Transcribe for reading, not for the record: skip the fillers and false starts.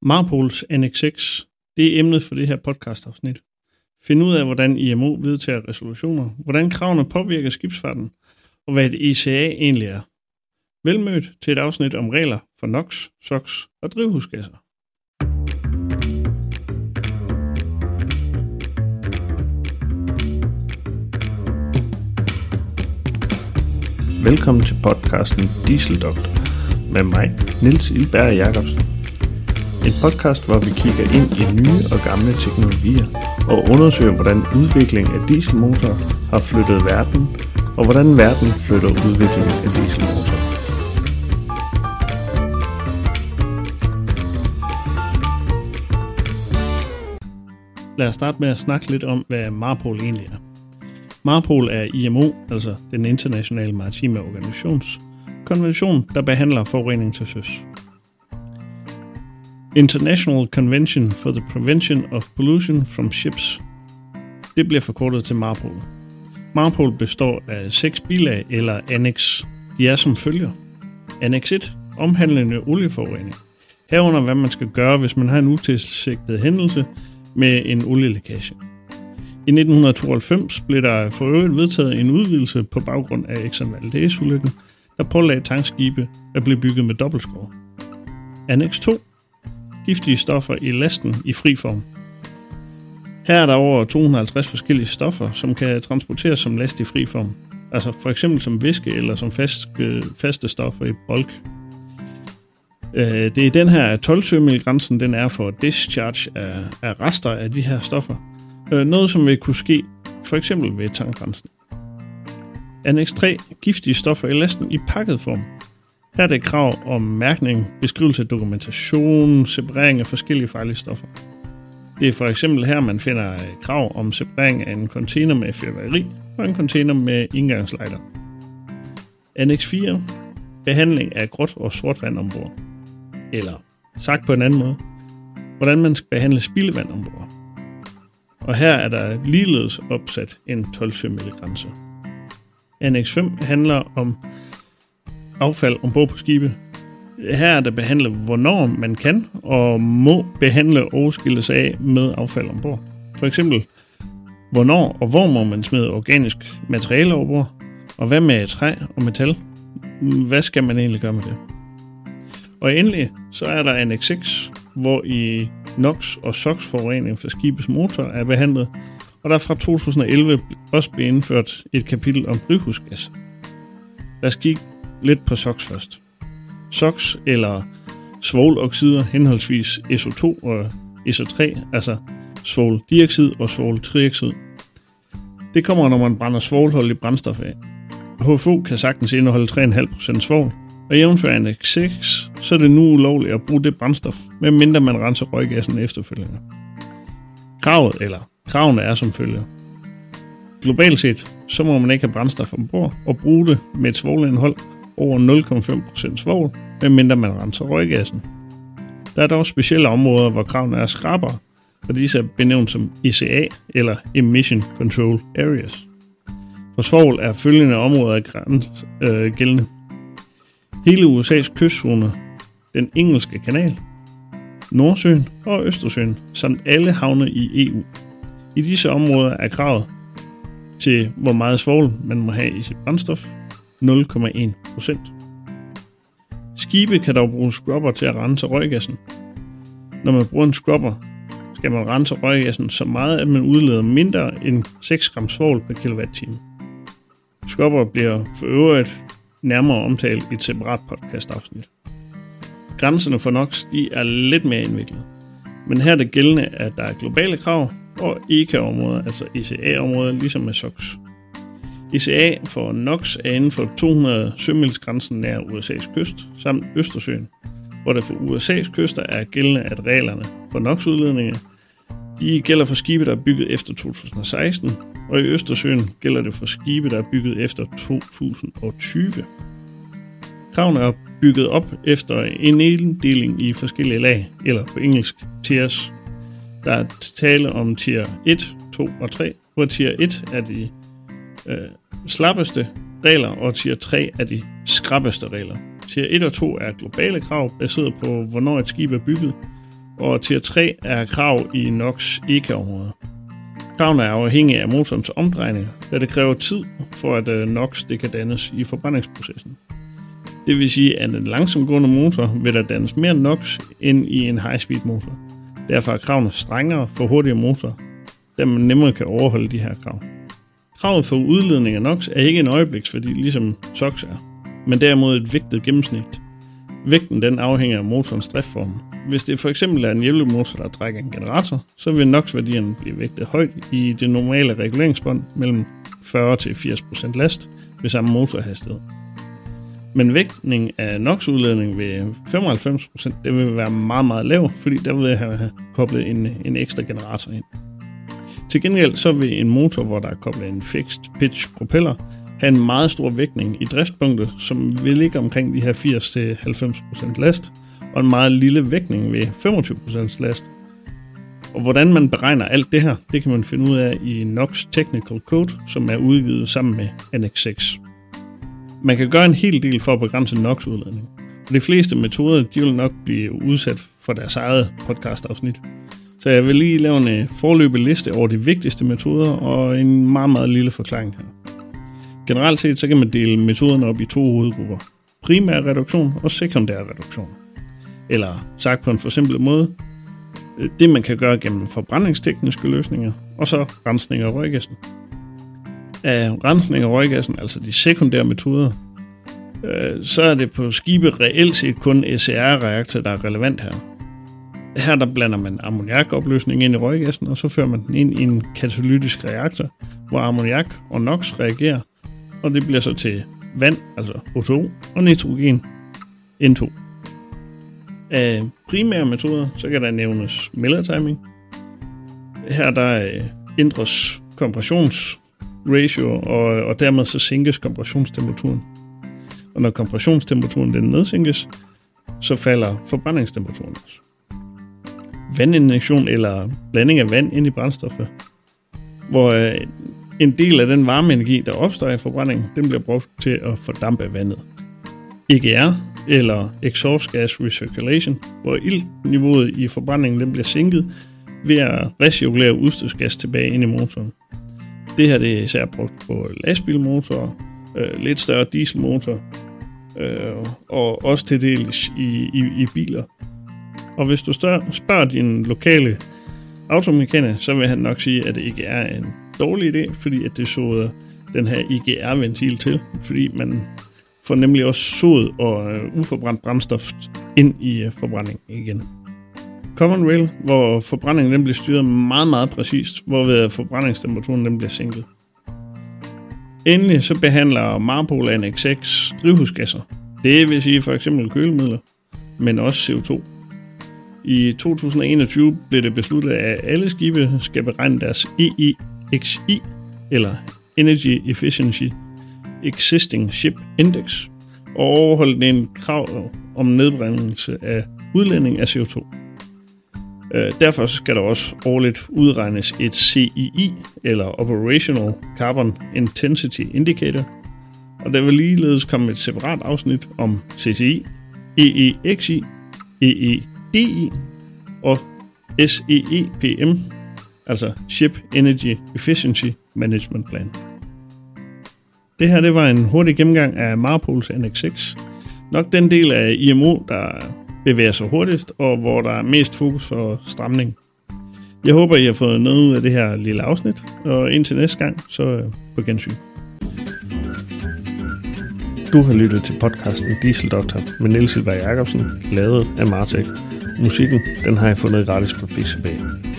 MARPOLs Annex 6, det er emnet for det her podcastafsnit. Find ud af, hvordan IMO vedtager resolutioner, hvordan kravene påvirker skibsfarten, og hvad et ECA egentlig er. Velmødt til et afsnit om regler for NOx, SOx og drivhusgasser. Velkommen til podcasten Diesel Doctor med mig, Niels Ilberg Jacobsen. En podcast, hvor vi kigger ind i nye og gamle teknologier og undersøger, hvordan udviklingen af dieselmotorer har flyttet verden, og hvordan verden flytter udviklingen af dieselmotorer. Lad os starte med at snakke lidt om, hvad MARPOL egentlig er. MARPOL er IMO, altså den internationale maritime organisations konvention, der behandler forurening til søs. International Convention for the Prevention of Pollution from Ships. Det bliver forkortet til MARPOL. MARPOL består af 6 bilag eller annex. De er som følger. Annex 1, omhandlende olieforurening. Herunder hvad man skal gøre, hvis man har en utilsigtet hændelse med en olielækage. I 1992 blev der for øvrigt vedtaget en udvidelse på baggrund af Exxon Valdez-ulykken, der pålagde tankskibe at blive bygget med dobbeltskrog. Annex 2. Giftige stoffer i lasten i fri form. Her er der over 250 forskellige stoffer, som kan transporteres som last i fri form. Altså for eksempel som væske eller som faste stoffer i bulk. Det er den her 12 sømil-grænsen, den er for discharge af rester af de her stoffer. Noget som vil kunne ske for eksempel ved tankgrænsen. Annex 3. Giftige stoffer i lasten i pakket form. Her er det krav om mærkning, beskrivelse af dokumentation, separering af forskellige farlige stoffer. Det er for eksempel her, man finder krav om separering af en container med fyrværkeri og en container med indgangslejder. Annex 4. Behandling af gråt og sort vand ombord. Eller sagt på en anden måde, hvordan man skal behandle spildevand ombord. Og her er der ligeledes opsat en 12 sømil-grænse. Annex 5 handler om affald ombord på skibe. Her er der behandlet, hvornår man kan og må behandle og skille sig af med affald ombord. For eksempel, hvornår og hvor må man smide organisk materiale ombord, og hvad med træ og metal? Hvad skal man egentlig gøre med det? Og endelig, så er der Annex 6, hvor i NOx og SOx forurening fra skibets motor er behandlet, og der fra 2011 også blev indført et kapitel om drivhusgasser. Lad os kigge lidt på SOx først. SOx eller svovloxider, henholdsvis SO2 og SO3, altså svovldioxid og svovltrioxid. Det kommer, når man brænder svovlholdigt brændstof af. HFO kan sagtens indeholde 3,5% svovl, og jævnfør Annex 6, så er det nu ulovligt at bruge det brændstof, medmindre man renser røggassen efterfølgende. Kravene er som følger. Globalt set, så må man ikke have brændstof ombord og bruge det med et svovlindhold over 0,5% svovl, medmindre man renser røggassen. Der er dog specielle områder, hvor kravene er skrabere, og disse er benævnt som ECA eller Emission Control Areas. For svovl er følgende områder gældende. Hele USA's kystzone, den engelske kanal, Nordsøen og Østersøen, samt alle havne i EU. I disse områder er kravet til, hvor meget svovl man må have i sit brændstof, 0,1%. Skibe kan dog bruge scrubber til at rense røggassen. Når man bruger en scrubber, skal man rense røggassen så meget, at man udleder mindre end 6 gram svovl per kilowatt-time. Scrubber bliver for øvrigt nærmere omtalt i et separat podcast-afsnit. Grænserne for NOx er lidt mere indviklet, men her er det gældende, at der er globale krav og ECA-områder, altså ECA-områder, ligesom med SOx. ECA for NOx er inden for 200 sømilsgrænsen nær USA's kyst, samt Østersøen, hvor der for USA's kyster er gældende, at reglerne for NOx-udledninger de gælder for skibe, der er bygget efter 2016, og i Østersøen gælder det for skibe, der er bygget efter 2020. Kravene er bygget op efter en inddeling i forskellige lag, eller på engelsk tiers. Der er tale om tier 1, 2 og 3, hvor tier 1 er de slappeste regler, og tier 3 er de skrappeste regler. Tier 1 og 2 er globale krav, baseret på hvornår et skib er bygget, og Tier 3 er krav i NOx ikke-områder. Kravene er afhængige af motorens omdrejninger, da det kræver tid for at NOx det kan dannes i forbrændingsprocessen. Det vil sige, at en langsomgående motor vil der dannes mere NOx end i en high-speed motor. Derfor er kravene strengere for hurtige motorer, da man nemmere kan overholde de her krav. Kravet for udledning af NOx er ikke en øjebliksværdi, ligesom SOx er, men derimod et vægtet gennemsnit. Vægten den afhænger af motorens driftform. Hvis det for eksempel er en hjælpemotor, der trækker en generator, så vil NOx-værdierne blive vægtet højt i det normale reguleringsbånd mellem 40-80% last ved samme motorhastighed. Men vægtning af NOx-udledning ved 95%, det vil være meget, meget lav, fordi der vil jeg have koblet en ekstra generator ind. Til gengæld så vil en motor, hvor der er koblet en fixed pitch propeller, have en meget stor vægtning i driftspunktet, som vil ligge omkring de her 80-90% last, og en meget lille vægtning ved 25% last. Og hvordan man beregner alt det her, det kan man finde ud af i NOx Technical Code, som er udgivet sammen med Annex 6. Man kan gøre en hel del for at begrænse NOx-udledning, og de fleste metoder de vil nok blive udsat for deres eget podcast-afsnit. Så jeg vil lige lave en foreløbig liste over de vigtigste metoder og en meget, meget lille forklaring her. Generelt set så kan man dele metoderne op i 2 hovedgrupper. Primær reduktion og sekundær reduktion. Eller sagt på en forsimplet måde, det man kan gøre gennem forbrændingstekniske løsninger, og så rensning af røggassen. Af rensning af røggassen, altså de sekundære metoder, så er det på skibe reelt set kun SCR-reaktor, der er relevant her. Her der blander man ammoniakopløsning ind i røggassen, og så fører man den ind i en katalytisk reaktor, hvor ammoniak og NOx reagerer, og det bliver så til vand, altså O2, og nitrogen, N2. Af primære metoder, så kan der nævnes Miller-timing. Her der ændres kompressionsratio, og dermed så sænkes kompressionstemperaturen. Og når kompressionstemperaturen den nedsænkes, så falder forbrændingstemperaturen også. Vandinjektion eller blanding af vand ind i brændstoffet, hvor en del af den varmeenergi, der opstår i forbrændingen, den bliver brugt til at fordampe vandet. EGR, eller Exhaust Gas Recirculation, hvor iltniveauet i forbrændingen den bliver sænket ved at recirkulere udstødsgas tilbage ind i motoren. Det her det er især brugt på lastbilmotorer, lidt større dieselmotorer, og også til dels i biler. Og hvis du spørger din lokale automekaniker, så vil han nok sige, at det ikke er en dårlig idé, fordi at det såder den her IGR-ventil til, fordi man får nemlig også sod og uforbrændt brændstof ind i forbrændingen igen. Common rail, hvor forbrændingen den bliver styret meget, meget præcist, hvorved forbrændingstemperaturen den bliver sænket. Endelig så behandler MARPOL Annex 6 drivhusgasser. Det vil sige for eksempel kølemidler, men også CO2. I 2021 blev det besluttet, at alle skibe skal beregne deres EEXI, eller Energy Efficiency Existing Ship Index, og overholde en krav om nedbringelse af udledning af CO2. Derfor skal der også årligt udregnes et CII, eller Operational Carbon Intensity Indicator, og der vil ligeledes komme et separat afsnit om CCI, EEXI, EEDI og SEEPM, altså Ship Energy Efficiency Management Plan. Det her det var en hurtig gennemgang af MARPOLs Annex 6. Nok den del af IMO, der bevæger sig hurtigst, og hvor der er mest fokus på stramning. Jeg håber, I har fået noget ud af det her lille afsnit, og indtil næste gang, så på gensyn. Du har lyttet til podcasten Diesel Doctor med Niels Silberg Jacobsen, lavet af Martek. Musikken, den har jeg fundet gratis på Pixabay.